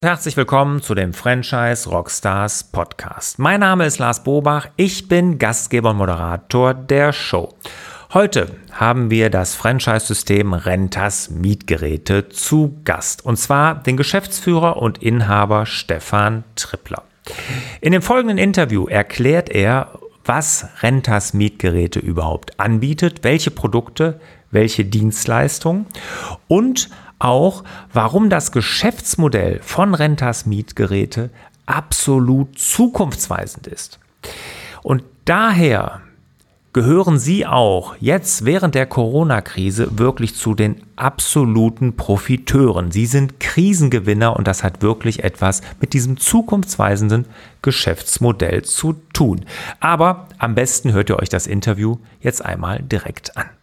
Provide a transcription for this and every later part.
Herzlich willkommen zu dem Franchise Rockstars Podcast. Mein Name ist Lars Bobach, ich bin Gastgeber und Moderator der Show. Heute haben wir das Franchise-System Rentas Mietgeräte zu Gast, und zwar den Geschäftsführer und Inhaber Stefan Trippler. In dem folgenden Interview erklärt er, was Rentas Mietgeräte überhaupt anbietet, welche Produkte, welche Dienstleistungen und auch, warum das Geschäftsmodell von Rentas Mietgeräte absolut zukunftsweisend ist. Und daher gehören Sie auch jetzt während der Corona-Krise wirklich zu den absoluten Profiteuren. Sie sind Krisengewinner und das hat wirklich etwas mit diesem zukunftsweisenden Geschäftsmodell zu tun. Aber am besten hört ihr euch das Interview jetzt einmal direkt an.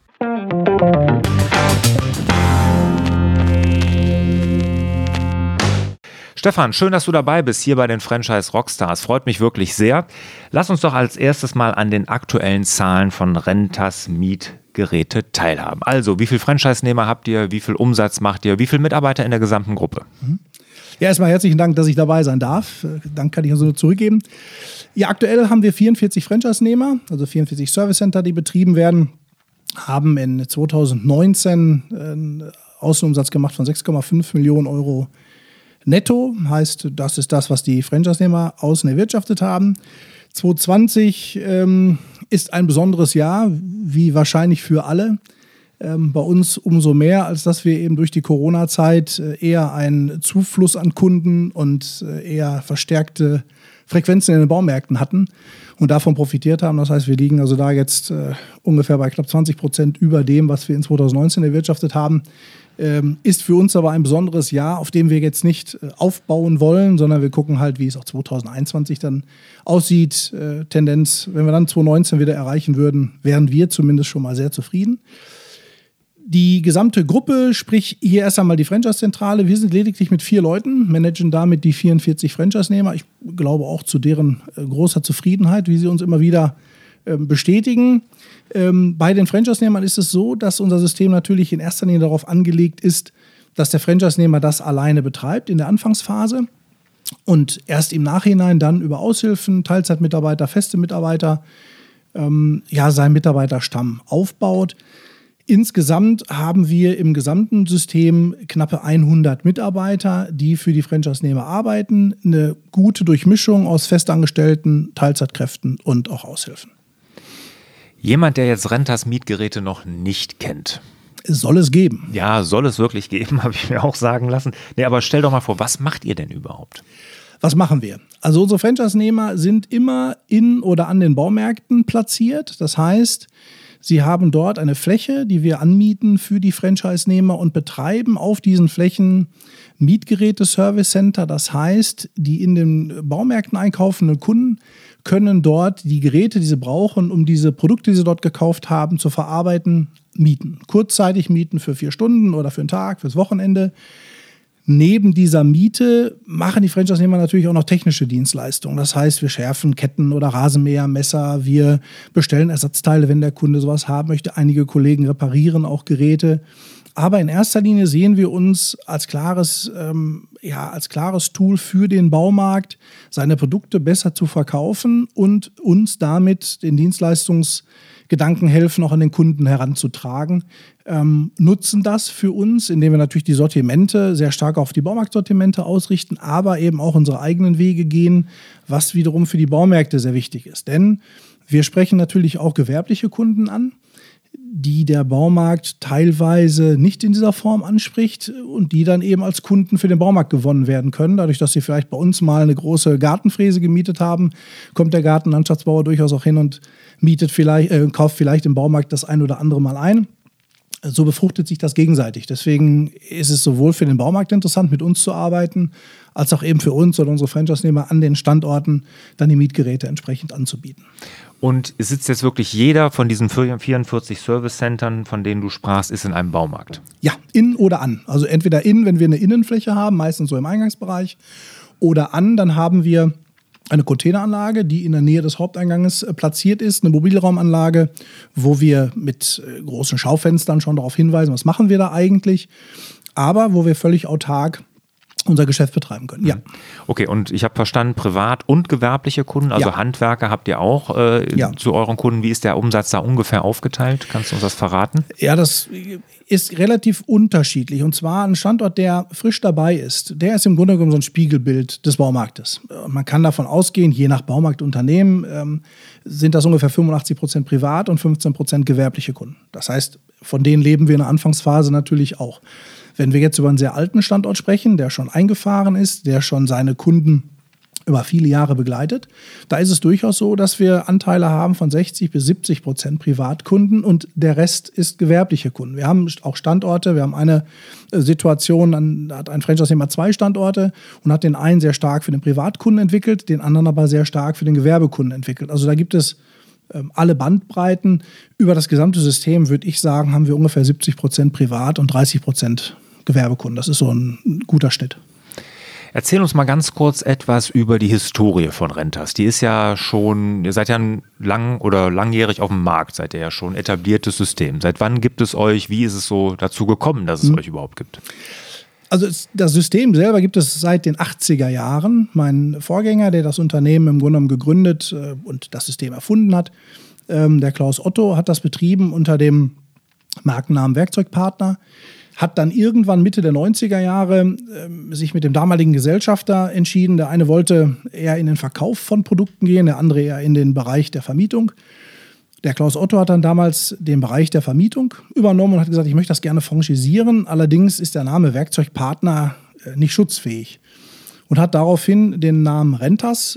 Stefan, schön, dass du dabei bist hier bei den Franchise Rockstars. Freut mich wirklich sehr. Lass uns doch als erstes mal an den aktuellen Zahlen von Rentas Mietgeräte teilhaben. Also, wie viele Franchise-Nehmer habt ihr? Wie viel Umsatz macht ihr? Wie viele Mitarbeiter in der gesamten Gruppe? Ja, erstmal herzlichen Dank, dass ich dabei sein darf. Dank kann ich also nur zurückgeben. Ja, aktuell haben wir 44 Franchise-Nehmer, also 44 Service-Center, die betrieben werden, haben in 2019 einen Außenumsatz gemacht von 6,5 Millionen Euro netto, heißt, das ist das, was die Franchise-Nehmer außen erwirtschaftet haben. 2020 ist ein besonderes Jahr, wie wahrscheinlich für alle. Bei uns umso mehr, als dass wir eben durch die Corona-Zeit eher einen Zufluss an Kunden und eher verstärkte Frequenzen in den Baumärkten hatten und davon profitiert haben. Das heißt, wir liegen also da jetzt ungefähr bei knapp 20% über dem, was wir in 2019 erwirtschaftet haben. Ist für uns aber ein besonderes Jahr, auf dem wir jetzt nicht aufbauen wollen, sondern wir gucken halt, wie es auch 2021 dann aussieht. Tendenz, wenn wir dann 2019 wieder erreichen würden, wären wir zumindest schon mal sehr zufrieden. Die gesamte Gruppe, sprich hier erst einmal die Franchise-Zentrale, wir sind lediglich mit 4 Leuten, managen damit die 44 Franchise-Nehmer. Ich glaube auch zu deren großer Zufriedenheit, wie sie uns immer wieder bestätigen. Bei den Franchise-Nehmern ist es so, dass unser System natürlich in erster Linie darauf angelegt ist, dass der Franchise-Nehmer das alleine betreibt in der Anfangsphase und erst im Nachhinein dann über Aushilfen, Teilzeitmitarbeiter, feste Mitarbeiter, seinen Mitarbeiterstamm aufbaut. Insgesamt haben wir im gesamten System knappe 100 Mitarbeiter, die für die Franchise-Nehmer arbeiten. Eine gute Durchmischung aus Festangestellten, Teilzeitkräften und auch Aushilfen. Jemand, der jetzt Rentas Mietgeräte noch nicht kennt. Soll es geben. Ja, soll es wirklich geben, habe ich mir auch sagen lassen. Nee, aber stell doch mal vor, was macht ihr denn überhaupt? Was machen wir? Also unsere Franchise-Nehmer sind immer in oder an den Baumärkten platziert. Das heißt, sie haben dort eine Fläche, die wir anmieten für die Franchise-Nehmer und betreiben auf diesen Flächen Mietgeräte-Service-Center. Das heißt, die in den Baumärkten einkaufenden Kunden können dort die Geräte, die sie brauchen, um diese Produkte, die sie dort gekauft haben, zu verarbeiten, mieten. Kurzzeitig mieten für 4 Stunden oder für einen Tag, fürs Wochenende. Neben dieser Miete machen die Franchise-Nehmer natürlich auch noch technische Dienstleistungen. Das heißt, wir schärfen Ketten oder Rasenmäher, Messer, wir bestellen Ersatzteile, wenn der Kunde sowas haben möchte. Einige Kollegen reparieren auch Geräte. Aber in erster Linie sehen wir uns als klares Tool für den Baumarkt, seine Produkte besser zu verkaufen und uns damit den Dienstleistungsgedanken helfen, auch an den Kunden heranzutragen. Nutzen das für uns, indem wir natürlich die Sortimente sehr stark auf die Baumarktsortimente ausrichten, aber eben auch unsere eigenen Wege gehen, was wiederum für die Baumärkte sehr wichtig ist. Denn wir sprechen natürlich auch gewerbliche Kunden an, die der Baumarkt teilweise nicht in dieser Form anspricht und die dann eben als Kunden für den Baumarkt gewonnen werden können. Dadurch, dass sie vielleicht bei uns mal eine große Gartenfräse gemietet haben, kommt der Gartenlandschaftsbauer durchaus auch hin und kauft vielleicht im Baumarkt das ein oder andere Mal ein. So befruchtet sich das gegenseitig. Deswegen ist es sowohl für den Baumarkt interessant, mit uns zu arbeiten, als auch eben für uns oder unsere Franchise-Nehmer an den Standorten dann die Mietgeräte entsprechend anzubieten. Und sitzt jetzt wirklich jeder von diesen 44 Service-Centern, von denen du sprachst, ist in einem Baumarkt? Ja, in oder an. Also entweder in, wenn wir eine Innenfläche haben, meistens so im Eingangsbereich, oder an, dann haben wir eine Containeranlage, die in der Nähe des Haupteinganges platziert ist, eine Mobilraumanlage, wo wir mit großen Schaufenstern schon darauf hinweisen, was machen wir da eigentlich, aber wo wir völlig autark unser Geschäft betreiben können. Ja. Okay, und ich habe verstanden, privat und gewerbliche Kunden, also Handwerker habt ihr auch zu euren Kunden. Wie ist der Umsatz da ungefähr aufgeteilt? Kannst du uns das verraten? Ja, das ist relativ unterschiedlich. Und zwar ein Standort, der frisch dabei ist, der ist im Grunde genommen so ein Spiegelbild des Baumarktes. Man kann davon ausgehen, je nach Baumarktunternehmen sind das ungefähr 85% privat und 15% gewerbliche Kunden. Das heißt, von denen leben wir in der Anfangsphase natürlich auch. Wenn wir jetzt über einen sehr alten Standort sprechen, der schon eingefahren ist, der schon seine Kunden über viele Jahre begleitet, da ist es durchaus so, dass wir Anteile haben von 60-70% Privatkunden und der Rest ist gewerbliche Kunden. Wir haben auch Standorte, wir haben eine Situation, da hat ein Franchise-Nehmer 2 Standorte und hat den einen sehr stark für den Privatkunden entwickelt, den anderen aber sehr stark für den Gewerbekunden entwickelt. Also da gibt es alle Bandbreiten. Über das gesamte System, würde ich sagen, haben wir ungefähr 70% Privat- und 30% Gewerbekunden. Das ist so ein guter Schnitt. Erzähl uns mal ganz kurz etwas über die Historie von Rentas. Die ist ja schon, ihr seid ja langjährig auf dem Markt, seid ihr ja schon etabliertes System. Seit wann gibt es euch? Wie ist es so dazu gekommen, dass es euch überhaupt gibt? Also das System selber gibt es seit den 80er Jahren. Mein Vorgänger, der das Unternehmen im Grunde genommen gegründet und das System erfunden hat, der Klaus Otto, hat das betrieben unter dem Markennamen Werkzeugpartner. Hat dann irgendwann Mitte der 90er Jahre sich mit dem damaligen Gesellschafter entschieden. Der eine wollte eher in den Verkauf von Produkten gehen, der andere eher in den Bereich der Vermietung. Der Klaus Otto hat dann damals den Bereich der Vermietung übernommen und hat gesagt, ich möchte das gerne franchisieren. Allerdings ist der Name Werkzeugpartner nicht schutzfähig. Und hat daraufhin den Namen Rentas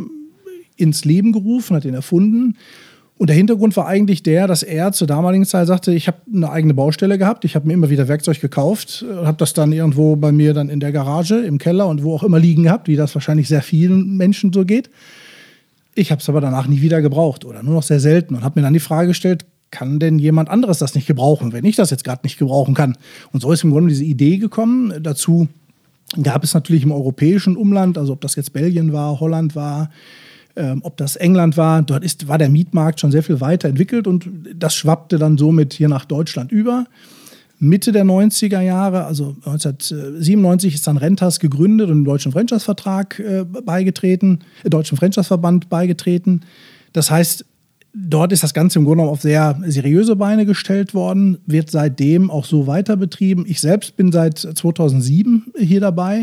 ins Leben gerufen, hat ihn erfunden. Und der Hintergrund war eigentlich der, dass er zur damaligen Zeit sagte, ich habe eine eigene Baustelle gehabt, ich habe mir immer wieder Werkzeug gekauft, habe das dann irgendwo bei mir dann in der Garage, im Keller und wo auch immer liegen gehabt, wie das wahrscheinlich sehr vielen Menschen so geht. Ich habe es aber danach nie wieder gebraucht oder nur noch sehr selten und habe mir dann die Frage gestellt, kann denn jemand anderes das nicht gebrauchen, wenn ich das jetzt gerade nicht gebrauchen kann? Und so ist im Grunde diese Idee gekommen. Dazu gab es natürlich im europäischen Umland, also ob das jetzt Belgien war, Holland war, ob das England war, dort war der Mietmarkt schon sehr viel weiter entwickelt und das schwappte dann somit hier nach Deutschland über. Mitte der 90er Jahre, also 1997, ist dann Rentas gegründet und dem Deutschen Franchise-Vertrag Deutschen Franchise-Verband beigetreten. Das heißt, dort ist das Ganze im Grunde genommen auf sehr seriöse Beine gestellt worden, wird seitdem auch so weiter betrieben. Ich selbst bin seit 2007 hier dabei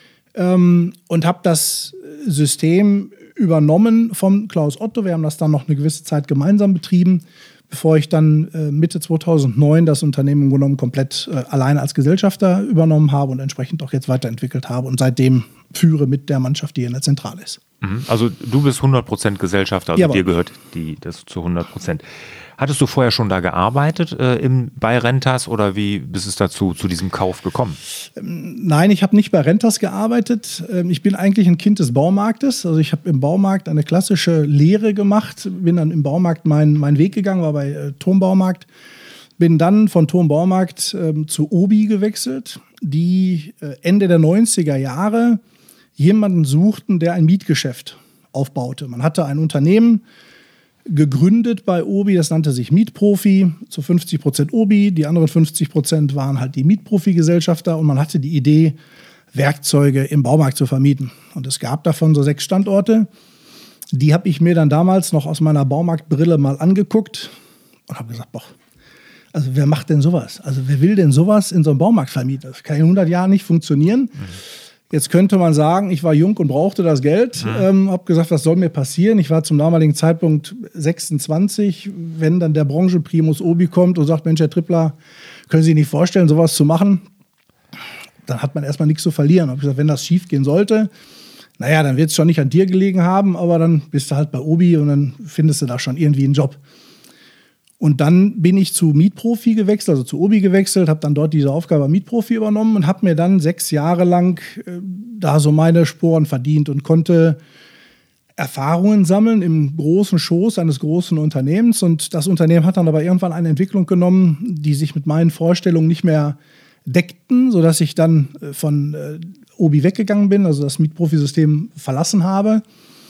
und habe das System übernommen vom Klaus Otto. Wir haben das dann noch eine gewisse Zeit gemeinsam betrieben, bevor ich dann Mitte 2009 das Unternehmen im Grunde genommen komplett alleine als Gesellschafter übernommen habe und entsprechend auch jetzt weiterentwickelt habe und seitdem führe mit der Mannschaft, die hier in der Zentrale ist. Also du bist 100% Gesellschafter, also dir gehört das zu 100%. Hattest du vorher schon da gearbeitet bei Rentas oder wie bist es dazu zu diesem Kauf gekommen? Nein, ich habe nicht bei Rentas gearbeitet. Ich bin eigentlich ein Kind des Baumarktes. Also ich habe im Baumarkt eine klassische Lehre gemacht, bin dann im Baumarkt meinen Weg gegangen, war bei Turmbaumarkt. Bin dann von Turmbaumarkt zu Obi gewechselt, die Ende der 90er Jahre jemanden suchten, der ein Mietgeschäft aufbaute. Man hatte ein Unternehmen gegründet bei Obi, das nannte sich Mietprofi, zu 50% Obi, die anderen 50% waren halt die Mietprofi-Gesellschafter und man hatte die Idee, Werkzeuge im Baumarkt zu vermieten. Und es gab davon so 6 Standorte, die habe ich mir dann damals noch aus meiner Baumarktbrille mal angeguckt und habe gesagt, boah, also wer macht denn sowas? Also wer will denn sowas in so einem Baumarkt vermieten? Das kann in 100 Jahren nicht funktionieren. Jetzt könnte man sagen, ich war jung und brauchte das Geld, habe gesagt, was soll mir passieren? Ich war zum damaligen Zeitpunkt 26. Wenn dann der Branchenprimus Obi kommt und sagt, Mensch, Herr Trippler, können Sie sich nicht vorstellen, sowas zu machen? Dann hat man erstmal nichts zu verlieren. Habe gesagt, wenn das schief gehen sollte, naja, dann wird es schon nicht an dir gelegen haben, aber dann bist du halt bei Obi und dann findest du da schon irgendwie einen Job. Und dann bin ich zu Mietprofi gewechselt, also zu Obi gewechselt, habe dann dort diese Aufgabe am Mietprofi übernommen und habe mir dann 6 Jahre lang da so meine Sporen verdient und konnte Erfahrungen sammeln im großen Schoß eines großen Unternehmens. Und das Unternehmen hat dann aber irgendwann eine Entwicklung genommen, die sich mit meinen Vorstellungen nicht mehr deckten, sodass ich dann von Obi weggegangen bin, also das Mietprofi-System verlassen habe.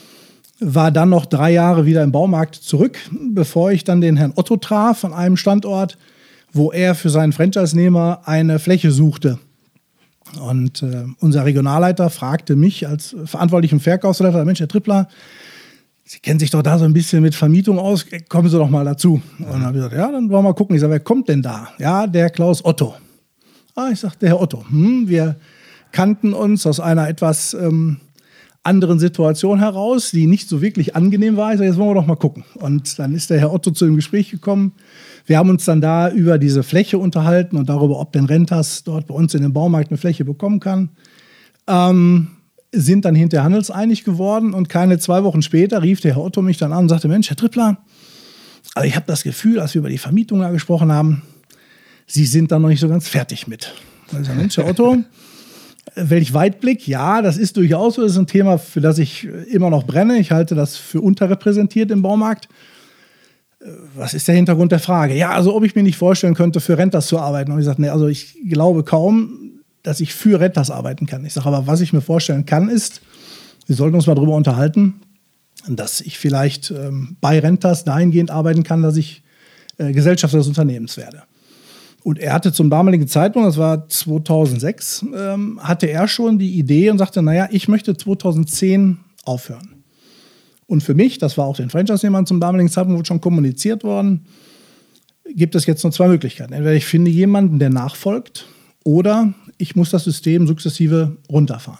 War dann noch 3 Jahre wieder im Baumarkt zurück, bevor ich dann den Herrn Otto traf an einem Standort, wo er für seinen Franchise-Nehmer eine Fläche suchte. Und unser Regionalleiter fragte mich als verantwortlichen Verkaufsleiter, Mensch, Herr Trippler, Sie kennen sich doch da so ein bisschen mit Vermietung aus, kommen Sie doch mal dazu. Und dann habe ich gesagt, ja, dann wollen wir mal gucken. Ich sage, wer kommt denn da? Ja, der Klaus Otto. Ich sage, der Herr Otto. Wir kannten uns aus einer etwas anderen Situation heraus, die nicht so wirklich angenehm war. Ich sage, jetzt wollen wir doch mal gucken. Und dann ist der Herr Otto zu dem Gespräch gekommen. Wir haben uns dann da über diese Fläche unterhalten und darüber, ob denn Rentas dort bei uns in dem Baumarkt eine Fläche bekommen kann. Sind dann hinterher handelseinig geworden und keine 2 Wochen später rief der Herr Otto mich dann an und sagte, Mensch, Herr Trippler, also ich habe das Gefühl, als wir über die Vermietung da gesprochen haben, Sie sind da noch nicht so ganz fertig mit. Also, Mensch, Herr Otto, welch Weitblick, ja, das ist durchaus so, das ist ein Thema, für das ich immer noch brenne. Ich halte das für unterrepräsentiert im Baumarkt. Was ist der Hintergrund der Frage? Ja, also ob ich mir nicht vorstellen könnte, für Rentas zu arbeiten. Und ich sage, nee, also ich glaube kaum, dass ich für Rentas arbeiten kann. Ich sage aber, was ich mir vorstellen kann, ist, wir sollten uns mal darüber unterhalten, dass ich vielleicht bei Rentas dahingehend arbeiten kann, dass ich Gesellschafter des Unternehmens werde. Und er hatte zum damaligen Zeitpunkt, das war 2006, hatte er schon die Idee und sagte, naja, ich möchte 2010 aufhören. Und für mich, das war auch den Franchise-Nehmern zum damaligen Zeitpunkt schon kommuniziert worden, gibt es jetzt nur 2 Möglichkeiten. Entweder ich finde jemanden, der nachfolgt, oder ich muss das System sukzessive runterfahren.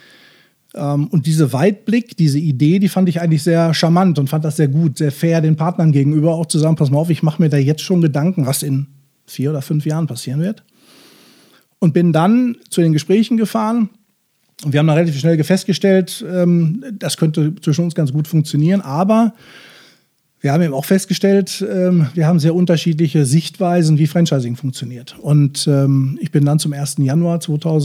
Und diese Weitblick, diese Idee, die fand ich eigentlich sehr charmant und fand das sehr gut, sehr fair den Partnern gegenüber, auch zu sagen, pass mal auf, ich mache mir da jetzt schon Gedanken, was in 4 oder 5 Jahren passieren wird. Und bin dann zu den Gesprächen gefahren. Und wir haben dann relativ schnell festgestellt, das könnte zwischen uns ganz gut funktionieren. Aber wir haben eben auch festgestellt, wir haben sehr unterschiedliche Sichtweisen, wie Franchising funktioniert. Und ich bin dann zum 1. Januar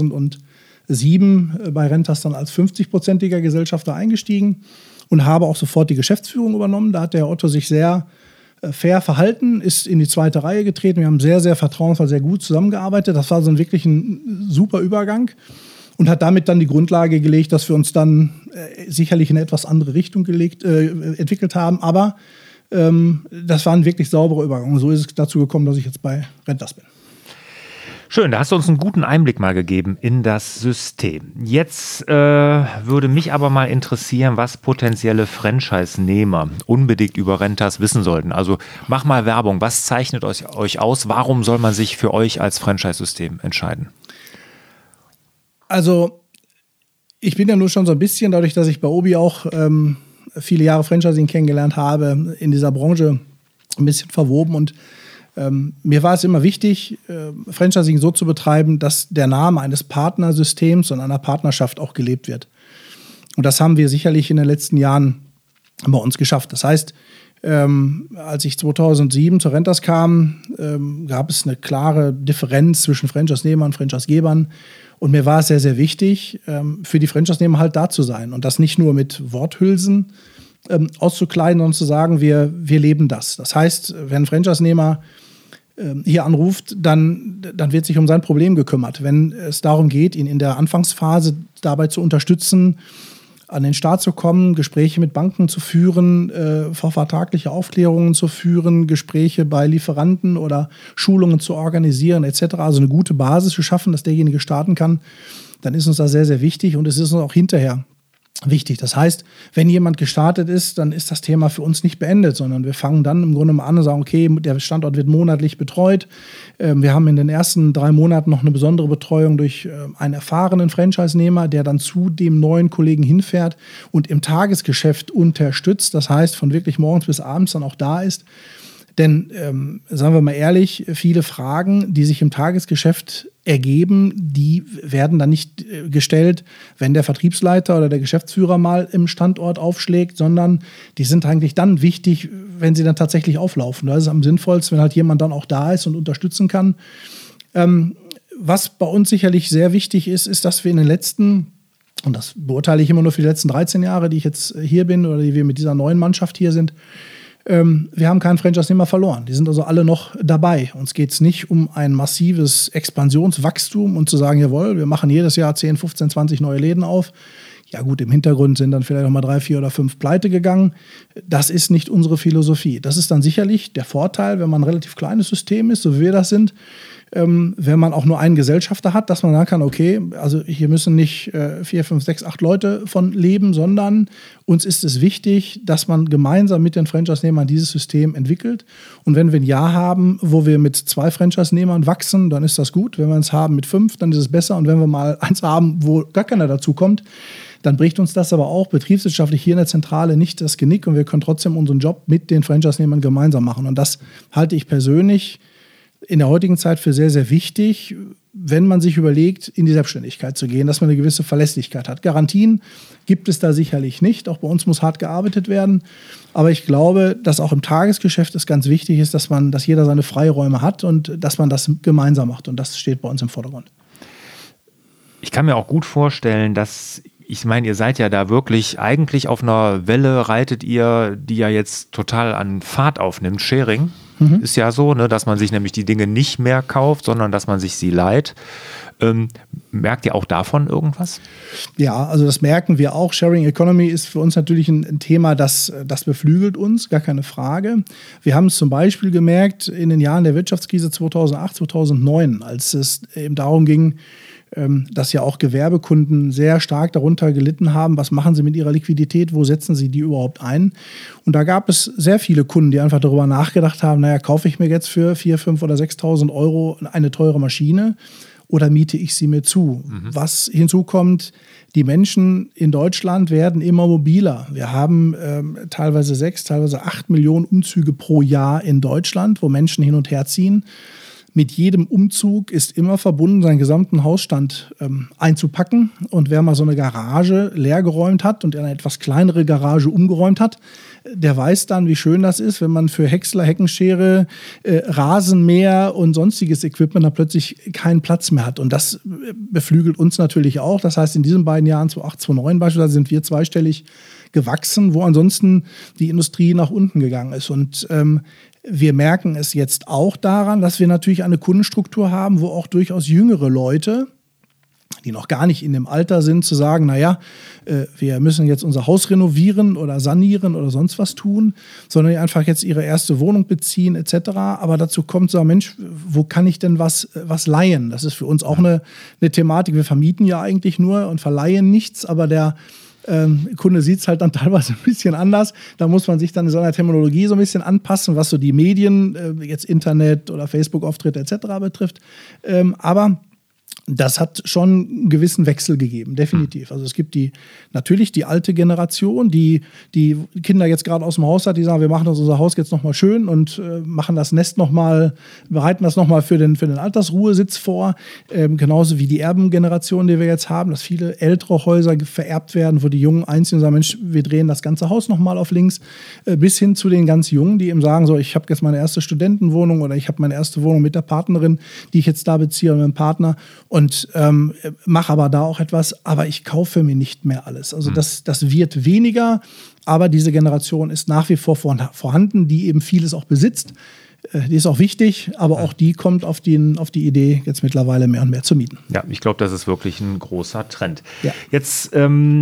2007 bei Rentas dann als 50-prozentiger Gesellschafter eingestiegen und habe auch sofort die Geschäftsführung übernommen. Da hat der Otto sich sehr fair verhalten, ist in die 2. Reihe getreten. Wir haben sehr, sehr vertrauensvoll, sehr gut zusammengearbeitet. Das war so wirklich ein super Übergang und hat damit dann die Grundlage gelegt, dass wir uns dann sicherlich in eine etwas andere Richtung entwickelt haben. Aber das war ein wirklich sauberer Übergang. Und so ist es dazu gekommen, dass ich jetzt bei Rentas bin. Schön, da hast du uns einen guten Einblick mal gegeben in das System. Jetzt würde mich aber mal interessieren, was potenzielle Franchise-Nehmer unbedingt über Rentas wissen sollten. Also mach mal Werbung. Was zeichnet euch aus? Warum soll man sich für euch als Franchise-System entscheiden? Also ich bin ja nur schon so ein bisschen, dadurch, dass ich bei Obi auch viele Jahre Franchising kennengelernt habe, in dieser Branche ein bisschen verwoben und mir war es immer wichtig, Franchising so zu betreiben, dass der Name eines Partnersystems und einer Partnerschaft auch gelebt wird. Und das haben wir sicherlich in den letzten Jahren bei uns geschafft. Das heißt, als ich 2007 zu Rentas kam, gab es eine klare Differenz zwischen Franchise-Nehmern und Franchise-Gebern. Und mir war es sehr, sehr wichtig, für die Franchise-Nehmer halt da zu sein. Und das nicht nur mit Worthülsen auszukleiden, sondern zu sagen, wir leben das. Das heißt, wenn ein Franchise-Nehmer hier anruft, dann wird sich um sein Problem gekümmert. Wenn es darum geht, ihn in der Anfangsphase dabei zu unterstützen, an den Start zu kommen, Gespräche mit Banken zu führen, vorvertragliche Aufklärungen zu führen, Gespräche bei Lieferanten oder Schulungen zu organisieren etc., also eine gute Basis zu schaffen, dass derjenige starten kann, dann ist uns das sehr, sehr wichtig und es ist uns auch hinterher wichtig. Das heißt, wenn jemand gestartet ist, dann ist das Thema für uns nicht beendet, sondern wir fangen dann im Grunde mal an und sagen, okay, der Standort wird monatlich betreut. Wir haben in den ersten 3 Monaten noch eine besondere Betreuung durch einen erfahrenen Franchise-Nehmer, der dann zu dem neuen Kollegen hinfährt und im Tagesgeschäft unterstützt. Das heißt, von wirklich morgens bis abends dann auch da ist. Denn, sagen wir mal ehrlich, viele Fragen, die sich im Tagesgeschäft ergeben, die werden dann nicht gestellt, wenn der Vertriebsleiter oder der Geschäftsführer mal im Standort aufschlägt, sondern die sind eigentlich dann wichtig, wenn sie dann tatsächlich auflaufen. Da ist es am sinnvollsten, wenn halt jemand dann auch da ist und unterstützen kann. Was bei uns sicherlich sehr wichtig ist, ist, dass wir in den letzten, und das beurteile ich immer nur für die letzten 13 Jahre, die ich jetzt hier bin oder die wir mit dieser neuen Mannschaft hier sind, wir haben keinen Franchise-Nehmer verloren. Die sind also alle noch dabei. Uns geht es nicht um ein massives Expansionswachstum und zu sagen, jawohl, wir machen jedes Jahr 10, 15, 20 neue Läden auf. Ja gut, im Hintergrund sind dann vielleicht noch mal 3, 4 oder 5 pleite gegangen. Das ist nicht unsere Philosophie. Das ist dann sicherlich der Vorteil, wenn man ein relativ kleines System ist, so wie wir das sind, wenn man auch nur einen Gesellschafter hat, dass man sagen kann, okay, also hier müssen nicht 4, 5, 6, 8 Leute von leben, sondern uns ist es wichtig, dass man gemeinsam mit den Franchise-Nehmern dieses System entwickelt. Und wenn wir ein Jahr haben, wo wir mit 2 Franchise-Nehmern wachsen, dann ist das gut. Wenn wir es haben mit 5, dann ist es besser. Und wenn wir mal eins haben, wo gar keiner dazu kommt, dann bricht uns das aber auch betriebswirtschaftlich hier in der Zentrale nicht das Genick und wir können trotzdem unseren Job mit den Franchise-Nehmern gemeinsam machen. Und das halte ich persönlich in der heutigen Zeit für sehr, sehr wichtig, wenn man sich überlegt, in die Selbstständigkeit zu gehen, dass man eine gewisse Verlässlichkeit hat. Garantien gibt es da sicherlich nicht. Auch bei uns muss hart gearbeitet werden. Aber ich glaube, dass auch im Tagesgeschäft es ganz wichtig ist, dass jeder seine Freiräume hat und dass man das gemeinsam macht. Und das steht bei uns im Vordergrund. Ich kann mir auch gut vorstellen, ich meine, ihr seid ja da wirklich eigentlich auf einer Welle, reitet ihr, die ja jetzt total an Fahrt aufnimmt. Sharing ist ja so, ne, dass man sich nämlich die Dinge nicht mehr kauft, sondern dass man sich sie leiht. Merkt ihr auch davon irgendwas? Ja, also das merken wir auch. Sharing Economy ist für uns natürlich ein Thema, das beflügelt uns, gar keine Frage. Wir haben es zum Beispiel gemerkt in den Jahren der Wirtschaftskrise 2008, 2009, als es eben darum ging, dass ja auch Gewerbekunden sehr stark darunter gelitten haben. Was machen sie mit ihrer Liquidität? Wo setzen sie die überhaupt ein? Und da gab es sehr viele Kunden, die einfach darüber nachgedacht haben, naja, kaufe ich mir jetzt für 4.000, 5.000 oder 6.000 Euro eine teure Maschine oder miete ich sie mir zu? Was hinzukommt, die Menschen in Deutschland werden immer mobiler. Wir haben teilweise 6, teilweise 8 Millionen Umzüge pro Jahr in Deutschland, wo Menschen hin und her ziehen. Mit jedem Umzug ist immer verbunden, seinen gesamten Hausstand einzupacken. Und wer mal so eine Garage leergeräumt hat und eine etwas kleinere Garage umgeräumt hat, der weiß dann, wie schön das ist, wenn man für Häcksler, Heckenschere, Rasenmäher und sonstiges Equipment dann plötzlich keinen Platz mehr hat. Und das beflügelt uns natürlich auch. Das heißt, in diesen beiden Jahren, 2008, 2009 beispielsweise, sind wir zweistellig gewachsen, wo ansonsten die Industrie nach unten gegangen ist. Und wir merken es jetzt auch daran, dass wir natürlich eine Kundenstruktur haben, wo auch durchaus jüngere Leute, die noch gar nicht in dem Alter sind, zu sagen, naja, wir müssen jetzt unser Haus renovieren oder sanieren oder sonst was tun, sondern die einfach jetzt ihre erste Wohnung beziehen etc. Aber dazu kommt so, Mensch, wo kann ich denn was leihen? Das ist für uns auch eine Thematik. Wir vermieten ja eigentlich nur und verleihen nichts, aber der Kunde sieht es halt dann teilweise ein bisschen anders. Da muss man sich dann in seiner Terminologie so ein bisschen anpassen, was so die Medien, jetzt Internet oder Facebook-Auftritte etc. betrifft. Aber das hat schon einen gewissen Wechsel gegeben, definitiv. Also es gibt natürlich die alte Generation, die Kinder jetzt gerade aus dem Haus hat, die sagen, wir machen uns unser Haus jetzt nochmal schön und machen das Nest nochmal, bereiten das nochmal für den Altersruhesitz vor. Genauso wie die Erbengeneration, die wir jetzt haben, dass viele ältere Häuser vererbt werden, wo die Jungen einziehen und sagen, Mensch, wir drehen das ganze Haus nochmal auf links, bis hin zu den ganz Jungen, die eben sagen, so, ich habe jetzt meine erste Studentenwohnung oder ich habe meine erste Wohnung mit der Partnerin, die ich jetzt da beziehe, mit dem Partner. Und mache aber da auch etwas, aber ich kaufe mir nicht mehr alles. Also das wird weniger, aber diese Generation ist nach wie vor vorhanden, die eben vieles auch besitzt. Die ist auch wichtig, aber auch die kommt auf die Idee, jetzt mittlerweile mehr und mehr zu mieten. Ja, ich glaube, das ist wirklich ein großer Trend. Ja. Jetzt,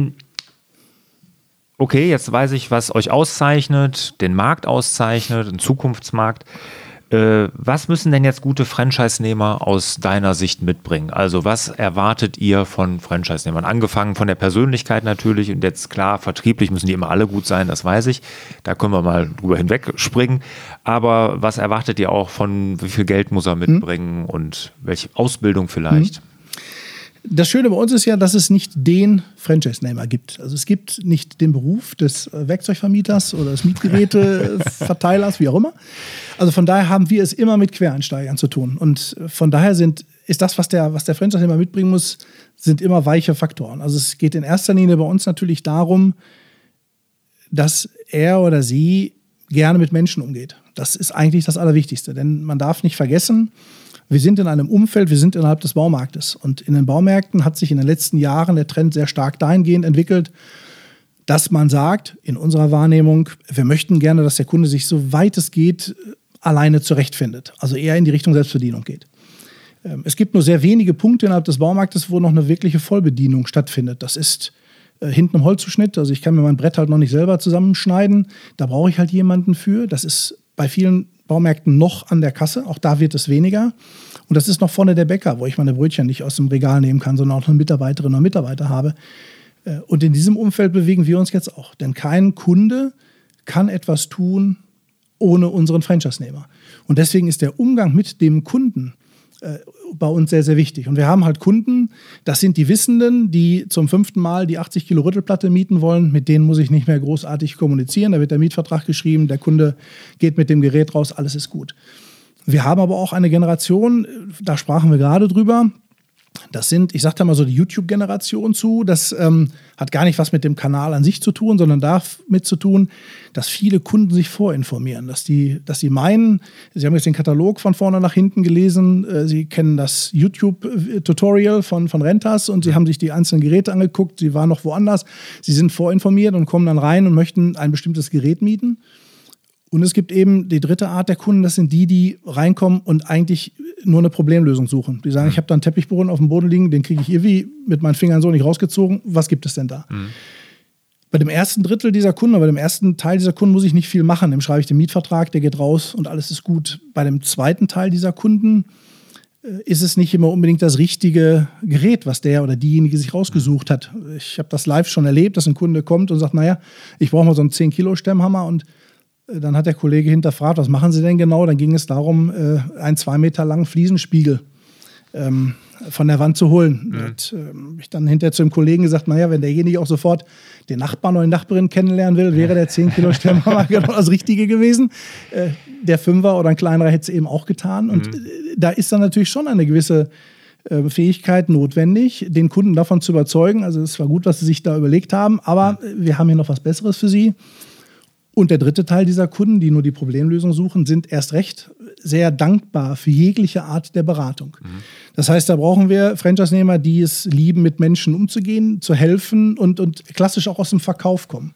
okay, jetzt weiß ich, was euch auszeichnet, den Markt auszeichnet, den Zukunftsmarkt. Was müssen denn jetzt gute Franchise-Nehmer aus deiner Sicht mitbringen? Also was erwartet ihr von Franchise-Nehmern? Angefangen von der Persönlichkeit natürlich und jetzt klar, vertrieblich müssen die immer alle gut sein, das weiß ich. Da können wir mal drüber hinwegspringen. Aber was erwartet ihr auch von, wie viel Geld muss er mitbringen und welche Ausbildung vielleicht? Das Schöne bei uns ist ja, dass es nicht den Franchise-Nehmer gibt. Also es gibt nicht den Beruf des Werkzeugvermieters oder des Mietgeräteverteilers, wie auch immer. Also von daher haben wir es immer mit Quereinsteigern zu tun. Und von daher ist das, was der Franchise-Nehmer mitbringen muss, sind immer weiche Faktoren. Also es geht in erster Linie bei uns natürlich darum, dass er oder sie gerne mit Menschen umgeht. Das ist eigentlich das Allerwichtigste. Denn man darf nicht vergessen, wir sind in einem Umfeld, wir sind innerhalb des Baumarktes. Und in den Baumärkten hat sich in den letzten Jahren der Trend sehr stark dahingehend entwickelt, dass man sagt, in unserer Wahrnehmung, wir möchten gerne, dass der Kunde sich so weit es geht alleine zurechtfindet. Also eher in die Richtung Selbstbedienung geht. Es gibt nur sehr wenige Punkte innerhalb des Baumarktes, wo noch eine wirkliche Vollbedienung stattfindet. Das ist hinten im Holzzuschnitt. Also ich kann mir mein Brett halt noch nicht selber zusammenschneiden. Da brauche ich halt jemanden für. Das ist bei vielen Baumärkten noch an der Kasse. Auch da wird es weniger. Und das ist noch vorne der Bäcker, wo ich meine Brötchen nicht aus dem Regal nehmen kann, sondern auch eine Mitarbeiterin oder Mitarbeiter habe. Und in diesem Umfeld bewegen wir uns jetzt auch. Denn kein Kunde kann etwas tun ohne unseren Franchise-Nehmer. Und deswegen ist der Umgang mit dem Kunden bei uns sehr, sehr wichtig. Und wir haben halt Kunden, das sind die Wissenden, die zum 5. Mal die 80 Kilo Rüttelplatte mieten wollen. Mit denen muss ich nicht mehr großartig kommunizieren. Da wird der Mietvertrag geschrieben, der Kunde geht mit dem Gerät raus, alles ist gut. Wir haben aber auch eine Generation, da sprachen wir gerade drüber, das sind, ich sage da mal so die YouTube-Generation zu, das hat gar nicht was mit dem Kanal an sich zu tun, sondern damit zu tun, dass viele Kunden sich vorinformieren, dass sie meinen, sie haben jetzt den Katalog von vorne nach hinten gelesen, sie kennen das YouTube-Tutorial von Rentas und sie haben sich die einzelnen Geräte angeguckt, sie waren noch woanders, sie sind vorinformiert und kommen dann rein und möchten ein bestimmtes Gerät mieten. Und es gibt eben die dritte Art der Kunden, das sind die reinkommen und eigentlich nur eine Problemlösung suchen. Die sagen, ich habe da einen Teppichboden auf dem Boden liegen, den kriege ich irgendwie mit meinen Fingern so nicht rausgezogen. Was gibt es denn da? Bei dem ersten Drittel dieser Kunden, bei dem ersten Teil dieser Kunden muss ich nicht viel machen. Dem schreibe ich den Mietvertrag, der geht raus und alles ist gut. Bei dem zweiten Teil dieser Kunden ist es nicht immer unbedingt das richtige Gerät, was der oder diejenige sich rausgesucht hat. Ich habe das live schon erlebt, dass ein Kunde kommt und sagt, naja, ich brauche mal so einen 10-Kilo-Stemmhammer und dann hat der Kollege hinterfragt, was machen Sie denn genau? Dann ging es darum, einen 2 Meter langen Fliesenspiegel von der Wand zu holen. Und ich dann hinterher zu dem Kollegen gesagt, naja, wenn derjenige auch sofort den Nachbarn oder die Nachbarin kennenlernen will, wäre der 10 Kilo Stemmhammer genau das Richtige gewesen. Der 5er oder ein kleinerer hätte es eben auch getan. Und da ist dann natürlich schon eine gewisse Fähigkeit notwendig, den Kunden davon zu überzeugen. Also es war gut, was Sie sich da überlegt haben, aber wir haben hier noch was Besseres für Sie. Und der dritte Teil dieser Kunden, die nur die Problemlösung suchen, sind erst recht sehr dankbar für jegliche Art der Beratung. Das heißt, da brauchen wir Franchise-Nehmer, die es lieben, mit Menschen umzugehen, zu helfen und klassisch auch aus dem Verkauf kommen.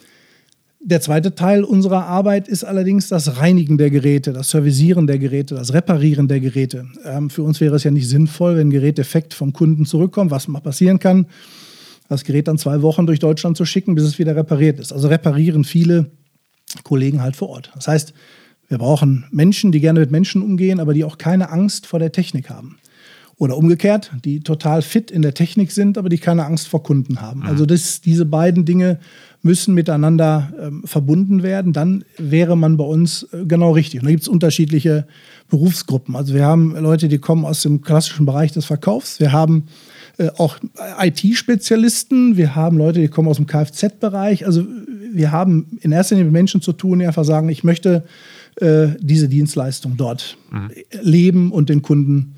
Der zweite Teil unserer Arbeit ist allerdings das Reinigen der Geräte, das Servicieren der Geräte, das Reparieren der Geräte. Für uns wäre es ja nicht sinnvoll, wenn ein Gerät defekt vom Kunden zurückkommt, was mal passieren kann, das Gerät dann 2 Wochen durch Deutschland zu schicken, bis es wieder repariert ist. Also reparieren viele Kollegen halt vor Ort. Das heißt, wir brauchen Menschen, die gerne mit Menschen umgehen, aber die auch keine Angst vor der Technik haben. Oder umgekehrt, die total fit in der Technik sind, aber die keine Angst vor Kunden haben. Also diese beiden Dinge müssen miteinander verbunden werden. Dann wäre man bei uns genau richtig. Und da gibt es unterschiedliche Berufsgruppen. Also wir haben Leute, die kommen aus dem klassischen Bereich des Verkaufs. Wir haben auch IT-Spezialisten. Wir haben Leute, die kommen aus dem Kfz-Bereich. Also wir haben in erster Linie mit Menschen zu tun, die einfach sagen, ich möchte diese Dienstleistung dort leben und den Kunden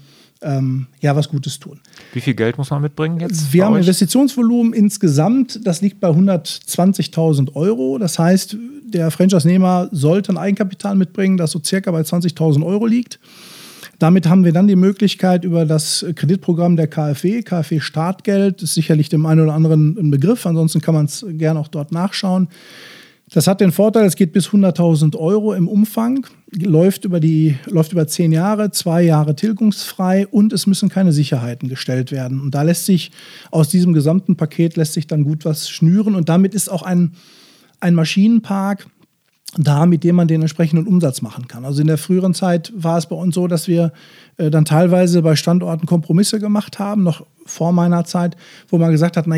was Gutes tun. Wie viel Geld muss man mitbringen jetzt? Wir haben ein Investitionsvolumen insgesamt, das liegt bei 120.000 Euro. Das heißt, der Franchise-Nehmer sollte ein Eigenkapital mitbringen, das so circa bei 20.000 Euro liegt. Damit haben wir dann die Möglichkeit über das Kreditprogramm der KfW Startgeld, ist sicherlich dem einen oder anderen ein Begriff, ansonsten kann man es gerne auch dort nachschauen. Das hat den Vorteil, es geht bis 100.000 Euro im Umfang, läuft über 10 Jahre, 2 Jahre tilgungsfrei und es müssen keine Sicherheiten gestellt werden. Und da lässt sich aus diesem gesamten Paket dann gut was schnüren und damit ist auch ein Maschinenpark da, mit dem man den entsprechenden Umsatz machen kann. Also in der früheren Zeit war es bei uns so, dass wir dann teilweise bei Standorten Kompromisse gemacht haben, noch vor meiner Zeit, wo man gesagt hat,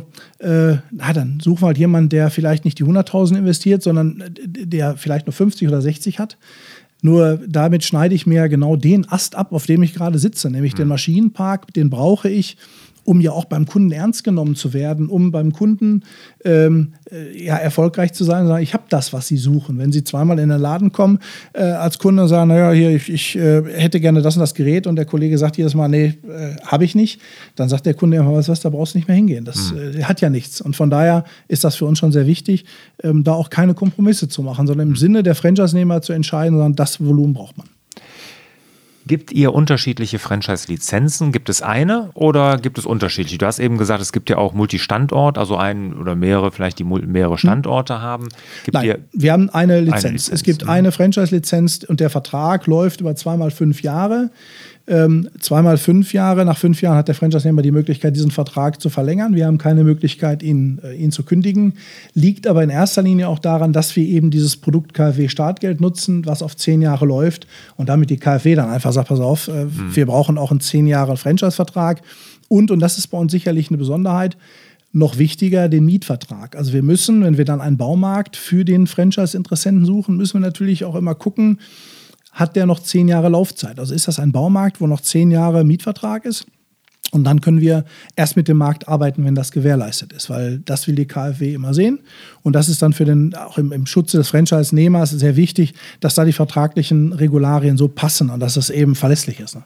dann suchen wir halt jemanden, der vielleicht nicht die 100.000 investiert, sondern der vielleicht nur 50 oder 60 hat. Nur damit schneide ich mir genau den Ast ab, auf dem ich gerade sitze, nämlich den Maschinenpark, den brauche ich, um ja auch beim Kunden ernst genommen zu werden, um beim Kunden erfolgreich zu sein und sagen, ich habe das, was Sie suchen. Wenn Sie zweimal in den Laden kommen als Kunde und sagen, ich hätte gerne das und das Gerät und der Kollege sagt jedes Mal, habe ich nicht, dann sagt der Kunde immer, was, da brauchst du nicht mehr hingehen. Das hat ja nichts. Und von daher ist das für uns schon sehr wichtig, da auch keine Kompromisse zu machen, sondern im Sinne der Franchise-Nehmer zu entscheiden, sondern das Volumen braucht man. Gibt ihr unterschiedliche Franchise-Lizenzen? Gibt es eine oder gibt es unterschiedliche? Du hast eben gesagt, es gibt ja auch Multistandort, also ein oder mehrere, vielleicht die mehrere Standorte haben. Wir haben eine Lizenz. Es gibt eine Franchise-Lizenz und der Vertrag läuft über 2 mal 5 Jahre. zweimal 5 Jahre. Nach 5 Jahren hat der Franchise-Nehmer die Möglichkeit, diesen Vertrag zu verlängern. Wir haben keine Möglichkeit, ihn zu kündigen. Liegt aber in erster Linie auch daran, dass wir eben dieses Produkt KfW-Startgeld nutzen, was auf 10 Jahre läuft und damit die KfW dann einfach sagt, pass auf, wir brauchen auch einen 10 Jahre Franchise-Vertrag und das ist bei uns sicherlich eine Besonderheit, noch wichtiger, den Mietvertrag. Also wir müssen, wenn wir dann einen Baumarkt für den Franchise-Interessenten suchen, müssen wir natürlich auch immer gucken, hat der noch 10 Jahre Laufzeit? Also ist das ein Baumarkt, wo noch 10 Jahre Mietvertrag ist? Und dann können wir erst mit dem Markt arbeiten, wenn das gewährleistet ist, weil das will die KfW immer sehen. Und das ist dann für den, auch im Schutze des Franchise-Nehmers sehr wichtig, dass da die vertraglichen Regularien so passen und dass es eben verlässlich ist. Ne?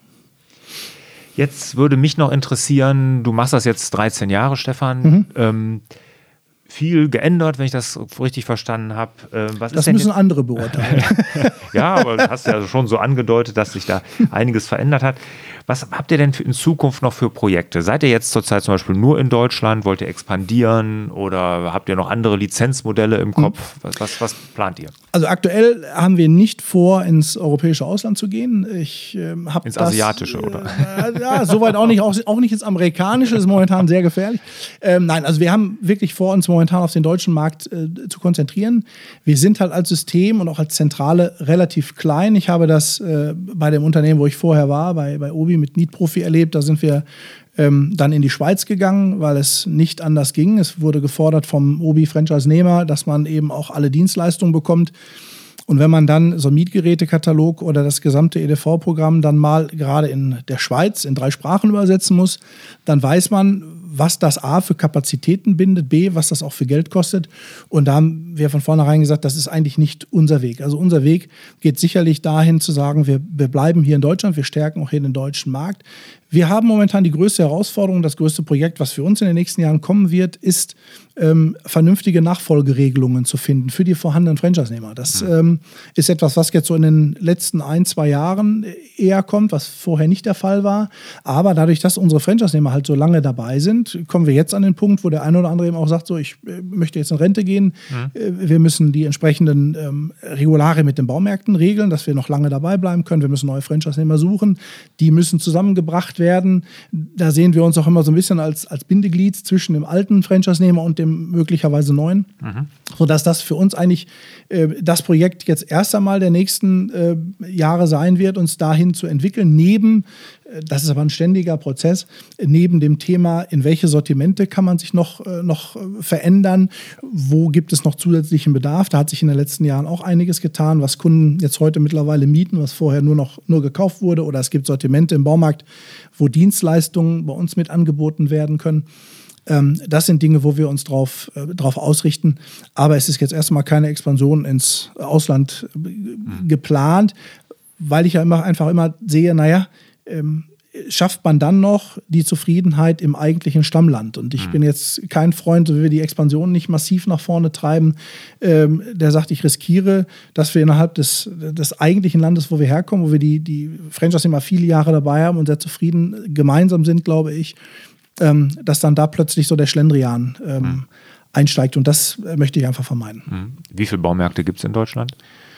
Jetzt würde mich noch interessieren, du machst das jetzt 13 Jahre, Stefan. Viel geändert, wenn ich das richtig verstanden habe. Das müssen andere beurteilen. Ja, aber du hast ja schon so angedeutet, dass sich da einiges verändert hat. Was habt ihr denn in Zukunft noch für Projekte? Seid ihr jetzt zurzeit zum Beispiel nur in Deutschland? Wollt ihr expandieren oder habt ihr noch andere Lizenzmodelle im Kopf? Was plant ihr? Also aktuell haben wir nicht vor, ins europäische Ausland zu gehen. Ins Asiatische, oder? Ja, soweit auch nicht. Auch nicht ins Amerikanische, ist momentan sehr gefährlich. Nein, also wir haben wirklich vor, uns momentan auf den deutschen Markt zu konzentrieren. Wir sind halt als System und auch als Zentrale relativ klein. Ich habe das bei dem Unternehmen, wo ich vorher war, bei Obi mit Neat-Profi erlebt. Da sind wir dann in die Schweiz gegangen, weil es nicht anders ging. Es wurde gefordert vom Obi-Franchise-Nehmer, dass man eben auch alle Dienstleistungen bekommt. Und wenn man dann so einen Mietgerätekatalog oder das gesamte EDV-Programm dann mal gerade in der Schweiz in 3 Sprachen übersetzen muss, dann weiß man, was das A für Kapazitäten bindet, B, was das auch für Geld kostet. Und da haben wir von vornherein gesagt, das ist eigentlich nicht unser Weg. Also unser Weg geht sicherlich dahin zu sagen, wir bleiben hier in Deutschland, wir stärken auch hier den deutschen Markt. Wir haben momentan die größte Herausforderung, das größte Projekt, was für uns in den nächsten Jahren kommen wird, ist, vernünftige Nachfolgeregelungen zu finden für die vorhandenen Franchise-Nehmer. Das ist etwas, was jetzt so in den letzten 1-2 Jahren eher kommt, was vorher nicht der Fall war. Aber dadurch, dass unsere Franchise-Nehmer halt so lange dabei sind, kommen wir jetzt an den Punkt, wo der eine oder andere eben auch sagt, so, ich möchte jetzt in Rente gehen. Wir müssen die entsprechenden Regularien mit den Baumärkten regeln, dass wir noch lange dabei bleiben können. Wir müssen neue Franchise-Nehmer suchen. Die müssen zusammengebracht werden. Da sehen wir uns auch immer so ein bisschen als Bindeglied zwischen dem alten Franchise-Nehmer und dem möglicherweise neuen. Sodass das für uns eigentlich das Projekt jetzt erst einmal der nächsten Jahre sein wird, uns dahin zu entwickeln, das ist aber ein ständiger Prozess, neben dem Thema, in welche Sortimente kann man sich noch verändern, wo gibt es noch zusätzlichen Bedarf. Da hat sich in den letzten Jahren auch einiges getan, was Kunden jetzt heute mittlerweile mieten, was vorher nur gekauft wurde. Oder es gibt Sortimente im Baumarkt, wo Dienstleistungen bei uns mit angeboten werden können. Das sind Dinge, wo wir uns drauf ausrichten. Aber es ist jetzt erstmal keine Expansion ins Ausland geplant, weil ich ja immer sehe, schafft man dann noch die Zufriedenheit im eigentlichen Stammland. Und ich bin jetzt kein Freund, so wie wir die Expansion nicht massiv nach vorne treiben, der sagt, ich riskiere, dass wir innerhalb des eigentlichen Landes, wo wir herkommen, wo wir die Franchise-Nehmer viele Jahre dabei haben und sehr zufrieden gemeinsam sind, glaube ich, dass dann da plötzlich so der Schlendrian einsteigt. Und das möchte ich einfach vermeiden. Wie viele Baumärkte gibt es in Deutschland?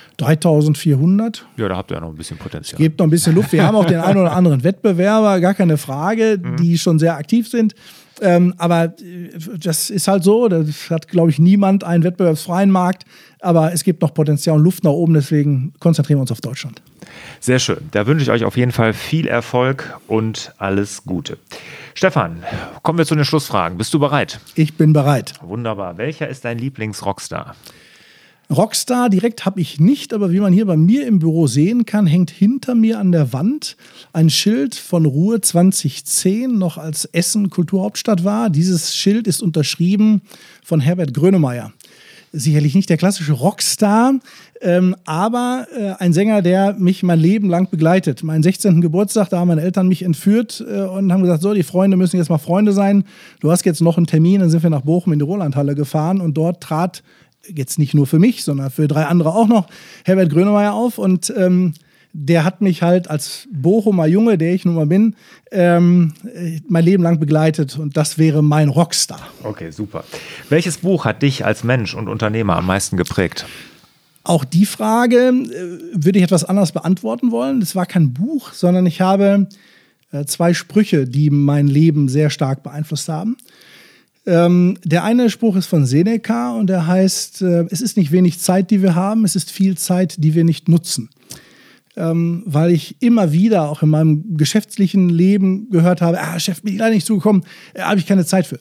3.400. Ja, da habt ihr ja noch ein bisschen Potenzial. Es gibt noch ein bisschen Luft. Wir haben auch den einen oder anderen Wettbewerber, gar keine Frage, die schon sehr aktiv sind. Aber das ist halt so, da hat, glaube ich, niemand einen wettbewerbsfreien Markt. Aber es gibt noch Potenzial und Luft nach oben, deswegen konzentrieren wir uns auf Deutschland. Sehr schön. Da wünsche ich euch auf jeden Fall viel Erfolg und alles Gute. Stefan, kommen wir zu den Schlussfragen. Bist du bereit? Ich bin bereit. Wunderbar. Welcher ist dein Lieblings-Rockstar? Rockstar direkt habe ich nicht, aber wie man hier bei mir im Büro sehen kann, hängt hinter mir an der Wand ein Schild von Ruhr 2010, noch als Essen Kulturhauptstadt war. Dieses Schild ist unterschrieben von Herbert Grönemeyer. Sicherlich nicht der klassische Rockstar, aber ein Sänger, der mich mein Leben lang begleitet. Meinen 16. Geburtstag, da haben meine Eltern mich entführt und haben gesagt, so, die Freunde müssen jetzt mal Freunde sein. Du hast jetzt noch einen Termin, dann sind wir nach Bochum in die Rolandhalle gefahren und dort trat jetzt nicht nur für mich, sondern für 3 andere auch noch Herbert Grönemeyer auf und der hat mich halt als Bochumer Junge, der ich nun mal bin, mein Leben lang begleitet und das wäre mein Rockstar. Okay, super. Welches Buch hat dich als Mensch und Unternehmer am meisten geprägt? Auch die Frage würde ich etwas anders beantworten wollen. Es war kein Buch, sondern ich habe 2 Sprüche, die mein Leben sehr stark beeinflusst haben. Der eine Spruch ist von Seneca und der heißt, es ist nicht wenig Zeit, die wir haben, es ist viel Zeit, die wir nicht nutzen. Weil ich immer wieder auch in meinem geschäftlichen Leben gehört habe, Chef, bin ich leider nicht zugekommen, habe ich keine Zeit für.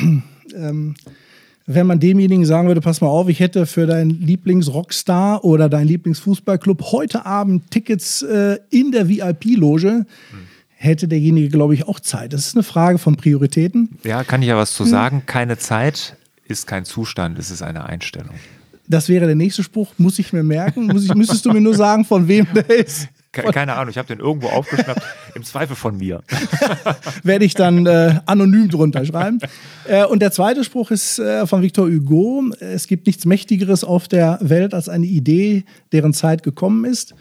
Wenn man demjenigen sagen würde, pass mal auf, ich hätte für deinen Lieblingsrockstar oder deinen Lieblingsfußballclub heute Abend Tickets in der VIP-Loge, hätte derjenige, glaube ich, auch Zeit. Das ist eine Frage von Prioritäten. Ja, kann ich ja was zu sagen. Keine Zeit ist kein Zustand, es ist eine Einstellung. Das wäre der nächste Spruch, muss ich mir merken. Müsstest du mir nur sagen, von wem der ist? Keine Ahnung, ich habe den irgendwo aufgeschnappt. Im Zweifel von mir. Werde ich dann anonym drunter schreiben. Und der zweite Spruch ist von Victor Hugo. Es gibt nichts Mächtigeres auf der Welt als eine Idee, deren Zeit gekommen ist.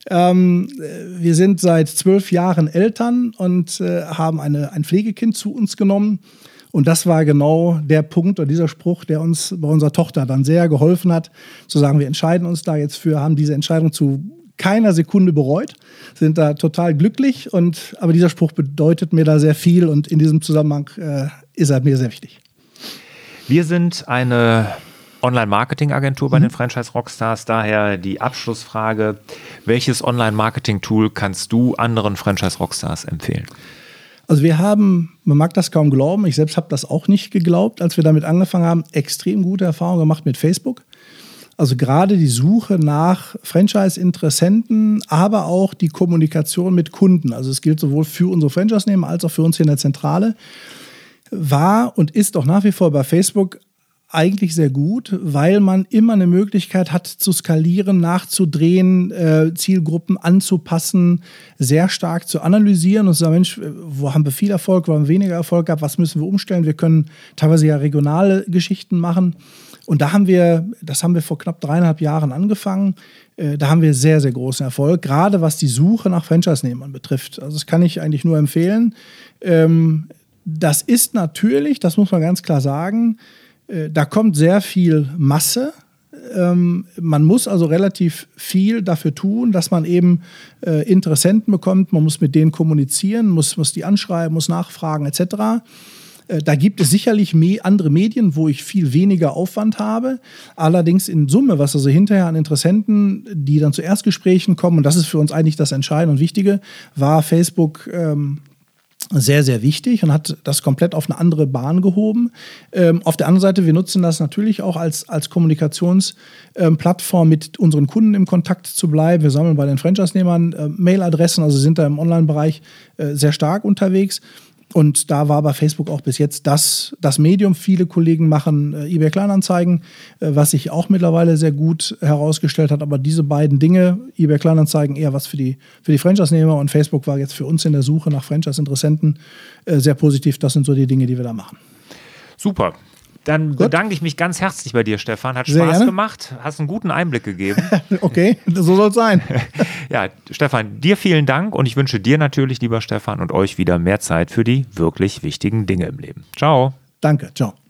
Wir sind seit 12 Jahren Eltern und haben ein Pflegekind zu uns genommen. Und das war genau der Punkt oder dieser Spruch, der uns bei unserer Tochter dann sehr geholfen hat, zu sagen, wir entscheiden uns da jetzt für, haben diese Entscheidung zu keiner Sekunde bereut, sind da total glücklich. Aber dieser Spruch bedeutet mir da sehr viel und in diesem Zusammenhang ist er mir sehr wichtig. Wir sind eine Online-Marketing-Agentur bei den Franchise-Rockstars. Daher die Abschlussfrage, welches Online-Marketing-Tool kannst du anderen Franchise-Rockstars empfehlen? Also wir haben, man mag das kaum glauben, ich selbst habe das auch nicht geglaubt, als wir damit angefangen haben, extrem gute Erfahrungen gemacht mit Facebook. Also gerade die Suche nach Franchise-Interessenten, aber auch die Kommunikation mit Kunden. Also es gilt sowohl für unsere Franchise-Nehmer als auch für uns hier in der Zentrale. War und ist auch nach wie vor bei Facebook eigentlich sehr gut, weil man immer eine Möglichkeit hat zu skalieren, nachzudrehen, Zielgruppen anzupassen, sehr stark zu analysieren und zu sagen, Mensch, wo haben wir viel Erfolg, wo haben wir weniger Erfolg gehabt, was müssen wir umstellen? Wir können teilweise ja regionale Geschichten machen. Und das haben wir vor knapp 3,5 Jahren angefangen. Da haben wir sehr, sehr großen Erfolg, gerade was die Suche nach Franchise-Nehmern betrifft. Also das kann ich eigentlich nur empfehlen. Das ist natürlich, das muss man ganz klar sagen, da kommt sehr viel Masse. Man muss also relativ viel dafür tun, dass man eben Interessenten bekommt. Man muss mit denen kommunizieren, muss die anschreiben, muss nachfragen etc. Da gibt es sicherlich andere Medien, wo ich viel weniger Aufwand habe. Allerdings in Summe, was also hinterher an Interessenten, die dann zu Erstgesprächen kommen, und das ist für uns eigentlich das Entscheidende und Wichtige, war Facebook sehr, sehr wichtig und hat das komplett auf eine andere Bahn gehoben. Auf der anderen Seite, wir nutzen das natürlich auch als Kommunikationsplattform, mit unseren Kunden im Kontakt zu bleiben. Wir sammeln bei den Franchise-Nehmern Mailadressen, also sind da im Online-Bereich sehr stark unterwegs. Und da war bei Facebook auch bis jetzt das Medium. Viele Kollegen machen eBay Kleinanzeigen, was sich auch mittlerweile sehr gut herausgestellt hat. Aber diese beiden Dinge, eBay Kleinanzeigen eher was für die Franchise-Nehmer und Facebook war jetzt für uns in der Suche nach Franchise-Interessenten sehr positiv. Das sind so die Dinge, die wir da machen. Super. Dann bedanke ich mich ganz herzlich bei dir, Stefan. Hat Spaß gemacht. Hast einen guten Einblick gegeben. Okay, so soll es sein. Ja, Stefan, dir vielen Dank und ich wünsche dir natürlich, lieber Stefan, und euch wieder mehr Zeit für die wirklich wichtigen Dinge im Leben. Ciao. Danke, ciao.